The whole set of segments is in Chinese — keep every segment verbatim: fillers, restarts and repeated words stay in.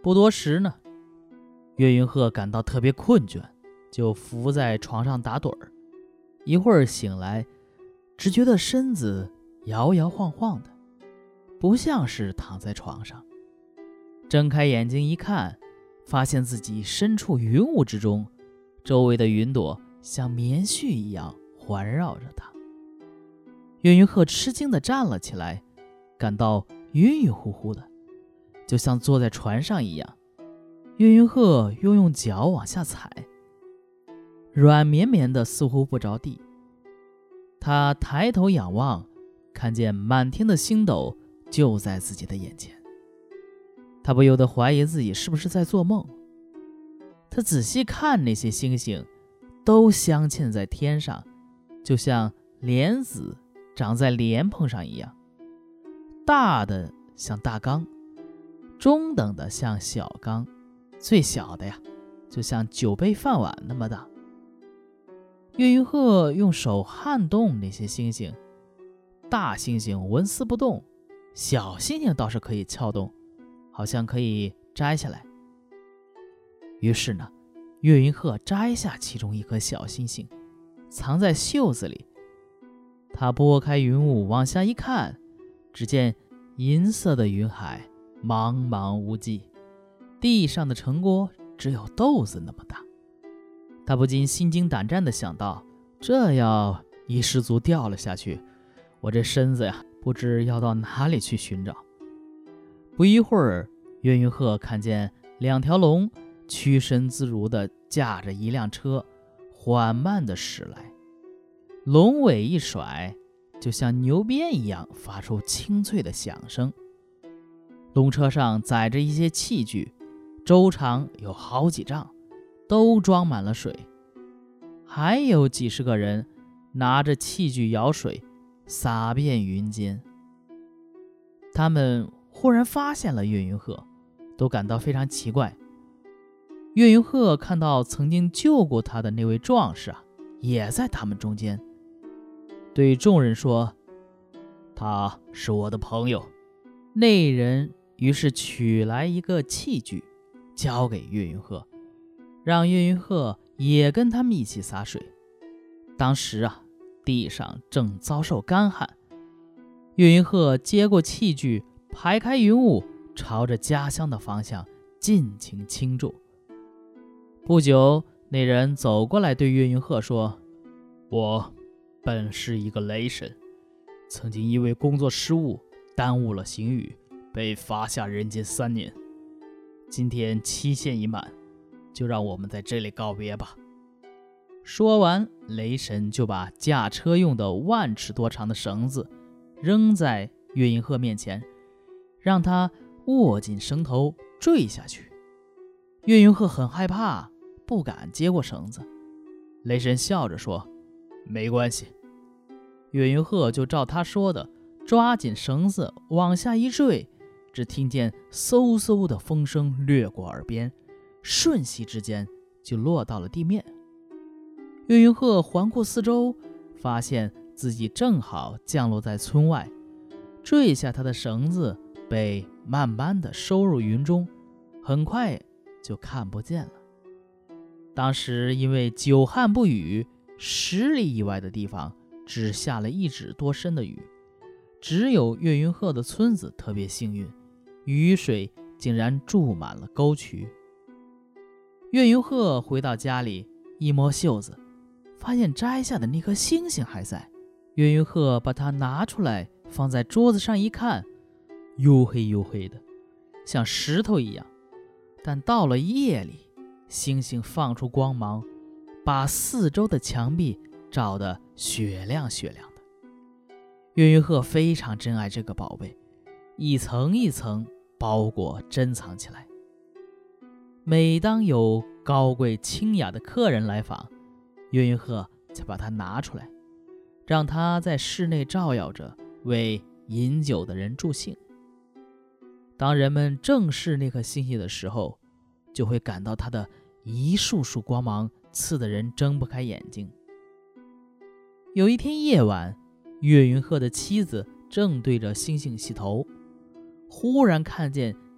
不多时呢，岳云鹤感到特别困倦，就伏在床上打盹儿。一会儿醒来，只觉得身子摇摇晃晃的，不像是躺在床上。睁开眼睛一看，发现自己身处云雾之中，周围的云朵像棉絮一样环绕着他。岳云鹤吃惊地站了起来，感到晕晕乎乎的，就像坐在船上一样。岳云鹤又用脚往下踩，软绵绵的，似乎不着地。他抬头仰望，看见满天的星斗就在自己的眼前。他不由得怀疑自己是不是在做梦。他仔细看那些星星，都镶嵌在天上，就像莲子长在莲蓬上一样，大的像大缸，中等的像小缸，最小的呀，就像酒杯饭碗那么大。岳云鹤用手撼动那些星星，大星星纹丝不动，小星星倒是可以撬动，好像可以摘下来。于是呢，岳云鹤摘下其中一颗小星星，藏在袖子里。他拨开云雾往下一看，只见银色的云海茫茫无际，地上的城郭只有豆子那么大。他不禁心惊胆战地想到，这要一失足掉了下去，我这身子呀，不知要到哪里去寻找。不一会儿，岳云鹤看见两条龙屈身自如地驾着一辆车，缓慢地驶来。龙尾一甩，就像牛鞭一样发出清脆的响声。龙车上载着一些器具，周长有好几丈，都装满了水。还有几十个人拿着器具舀水，洒遍云间。他们忽然发现了岳云鹤，都感到非常奇怪。岳云鹤看到曾经救过他的那位壮士啊，也在他们中间，对众人说：“他是我的朋友。”那人于是取来一个器具，交给岳云鹤，让岳云鹤也跟他们一起洒水。当时啊，地上正遭受干旱。岳云鹤接过器具，排开云雾，朝着家乡的方向尽情倾注。不久，那人走过来对岳云鹤说：“我本是一个雷神，曾经因为工作失误耽误了行雨，被罚下人间三年。今天期限已满，就让我们在这里告别吧。”说完，雷神就把驾车用的万尺多长的绳子扔在岳云鹤面前，让他握紧绳头坠下去。岳云鹤很害怕，不敢接过绳子。雷神笑着说：“没关系。”岳云鹤就照他说的，抓紧绳子往下一坠，只听见嗖嗖的风声掠过耳边，瞬息之间就落到了地面。岳云鹤环顾四周，发现自己正好降落在村外，坠下他的绳子被慢慢地收入云中，很快就看不见了。当时因为久旱不雨，十里以外的地方只下了一指多深的雨，只有岳云鹤的村子特别幸运，雨水竟然注满了沟渠。岳云鹤回到家里，一摸袖子，发现摘下的那颗星星还在。岳云鹤把它拿出来放在桌子上一看，黝黑黝黑的，像石头一样。但到了夜里，星星放出光芒，把四周的墙壁照得雪亮雪亮的。岳云鹤非常珍爱这个宝贝，一层一层包裹珍藏起来。每当有高贵清雅的客人来访，岳云鹤就把它拿出来，让他在室内照耀着，为饮酒的人助兴。当人们正视那颗星星的时候，就会感到它的一束束光芒刺得人睁不开眼睛。有一天夜晚，岳云鹤的妻子正对着星星洗头，忽然看见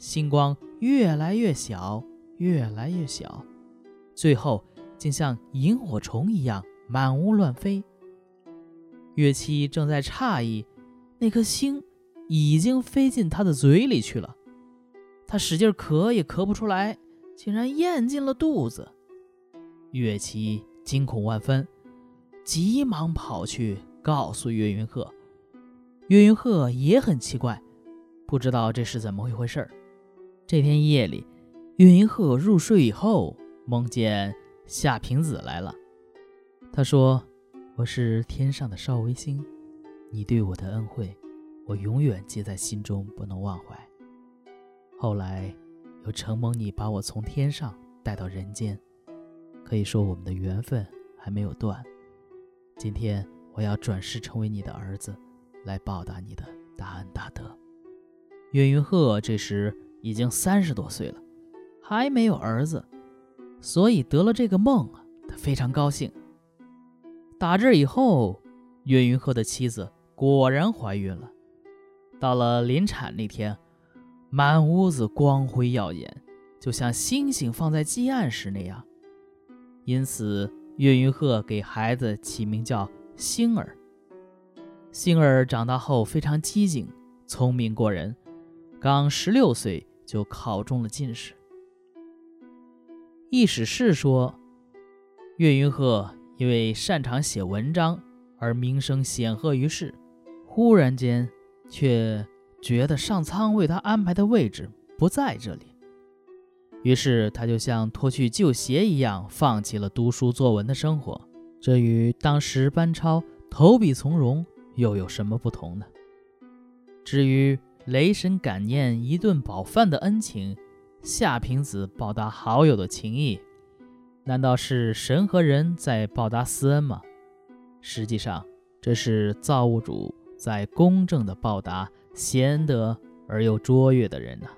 星光越来越小，越来越小，最后竟像萤火虫一样满屋乱飞。岳七正在诧异，那颗星已经飞进他的嘴里去了，他使劲咳也咳不出来，竟然咽进了肚子。岳七惊恐万分，急忙跑去告诉岳云鹤。岳云鹤也很奇怪，不知道这是怎么回事。这天夜里，岳云鹤入睡以后，梦见夏平子来了。他说：我是天上的少微星，你对我的恩惠，我永远记在心中，不能忘怀。后来又承蒙你把我从天上带到人间，可以说我们的缘分还没有断。今天我要转世成为你的儿子，来报答你的大恩大德。岳云鹤这时已经三十多岁了，还没有儿子，所以得了这个梦啊，他非常高兴。打这以后，岳云鹤的妻子果然怀孕了。到了临产那天，满屋子光辉耀眼，就像星星放在祭案时那样。因此岳云鹤给孩子起名叫星儿。星儿长大后非常机警，聪明过人，刚十六岁就考中了进士。易史是说，岳云鹤因为擅长写文章而名声显赫于世，忽然间却觉得上苍为他安排的位置不在这里，于是他就像脱去旧鞋一样，放弃了读书作文的生活。这与当时班超投笔从戎又有什么不同呢？至于雷神感念一顿饱饭的恩情，夏平子报答好友的情谊，难道是神和人在报答私恩吗？实际上，这是造物主在公正地报答贤德而又卓越的人呢、啊。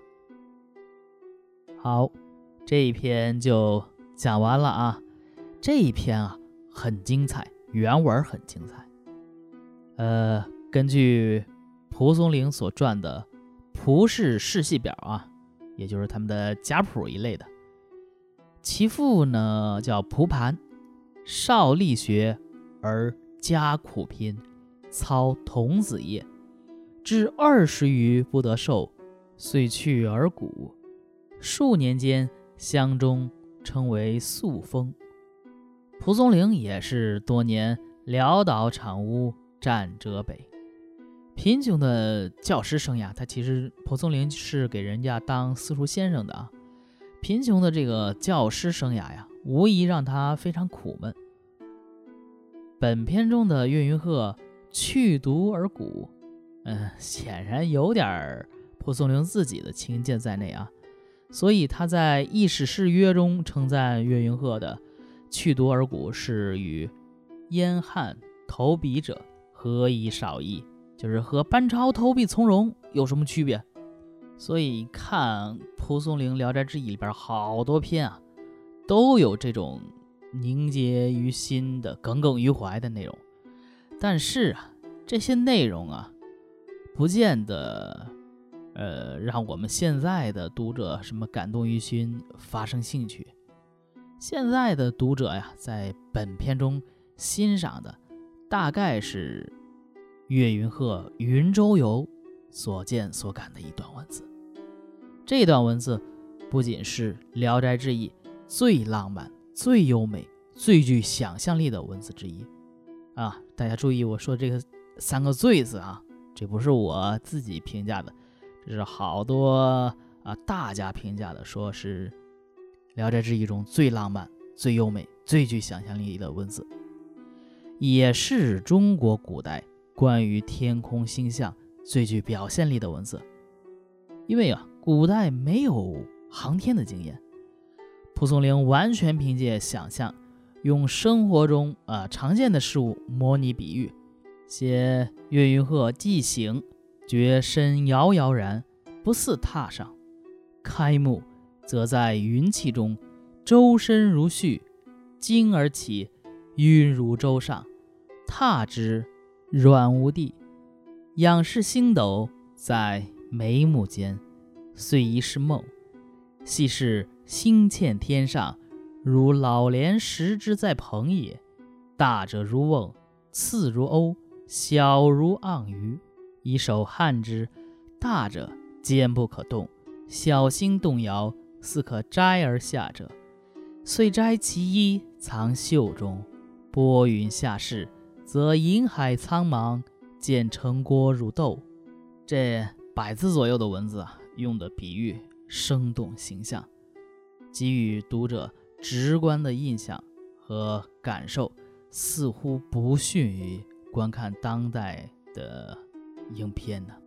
好，这一篇就讲完了啊。这一篇啊很精彩，原文很精彩。呃，根据蒲松龄所撰的蒲氏世系表啊，也就是他们的家谱一类的，其父呢叫蒲盘，少力学而家苦贫，操童子业，至二十余不得寿，遂去而谷。数年间，乡中称为素风。蒲松龄也是多年潦倒场屋，战浙北。贫穷的教师生涯，他其实蒲松龄是给人家当私塾先生的啊。贫穷的这个教师生涯呀，无疑让他非常苦闷。本篇中的岳云鹤去毒而蛊，嗯，显然有点蒲松龄自己的情见在内啊。所以他在《异史誓约》中称赞岳云鹤的去毒而蛊是与燕汉投笔者何以少异，就是和班超投笔从戎有什么区别。所以看蒲松龄《聊斋志异》里边好多篇啊，都有这种凝结于心的耿耿于怀的内容。但是啊，这些内容啊，不见得呃让我们现在的读者什么感动于心，发生兴趣。现在的读者呀，在本篇中欣赏的大概是岳云鹤云周游所见所感的一段文字。这段文字不仅是《聊斋志异》最浪漫、最优美、最具想象力的文字之一啊！大家注意我说这个三个最字啊，这不是我自己评价的，这是好多啊大家评价的，说是《聊斋志异》中最浪漫、最优美、最具想象力的文字，也是中国古代关于天空星象最具表现力的文字。因为啊，古代没有航天的经验，蒲松龄完全凭借想象，用生活中啊常见的事物模拟比喻，写岳云鹤既醒，觉身摇摇然，不似踏上；开目，则在云气中，周身如絮，惊而起，晕如舟上，踏之，软无地。仰视星斗，在眉目间， 虽疑是梦，系是星嵌天上，如老莲食之在蓬也。大者如瓮，次如鸥，小如盎鱼，以手撼之。大者坚不可动，小心动摇，似可摘而下者。遂摘其一，藏袖中。拨云下市，则银海苍茫，见城郭如豆。这百字左右的文字啊，用的比喻生动形象，给予读者直观的印象和感受，似乎不逊于观看当代的影片呢。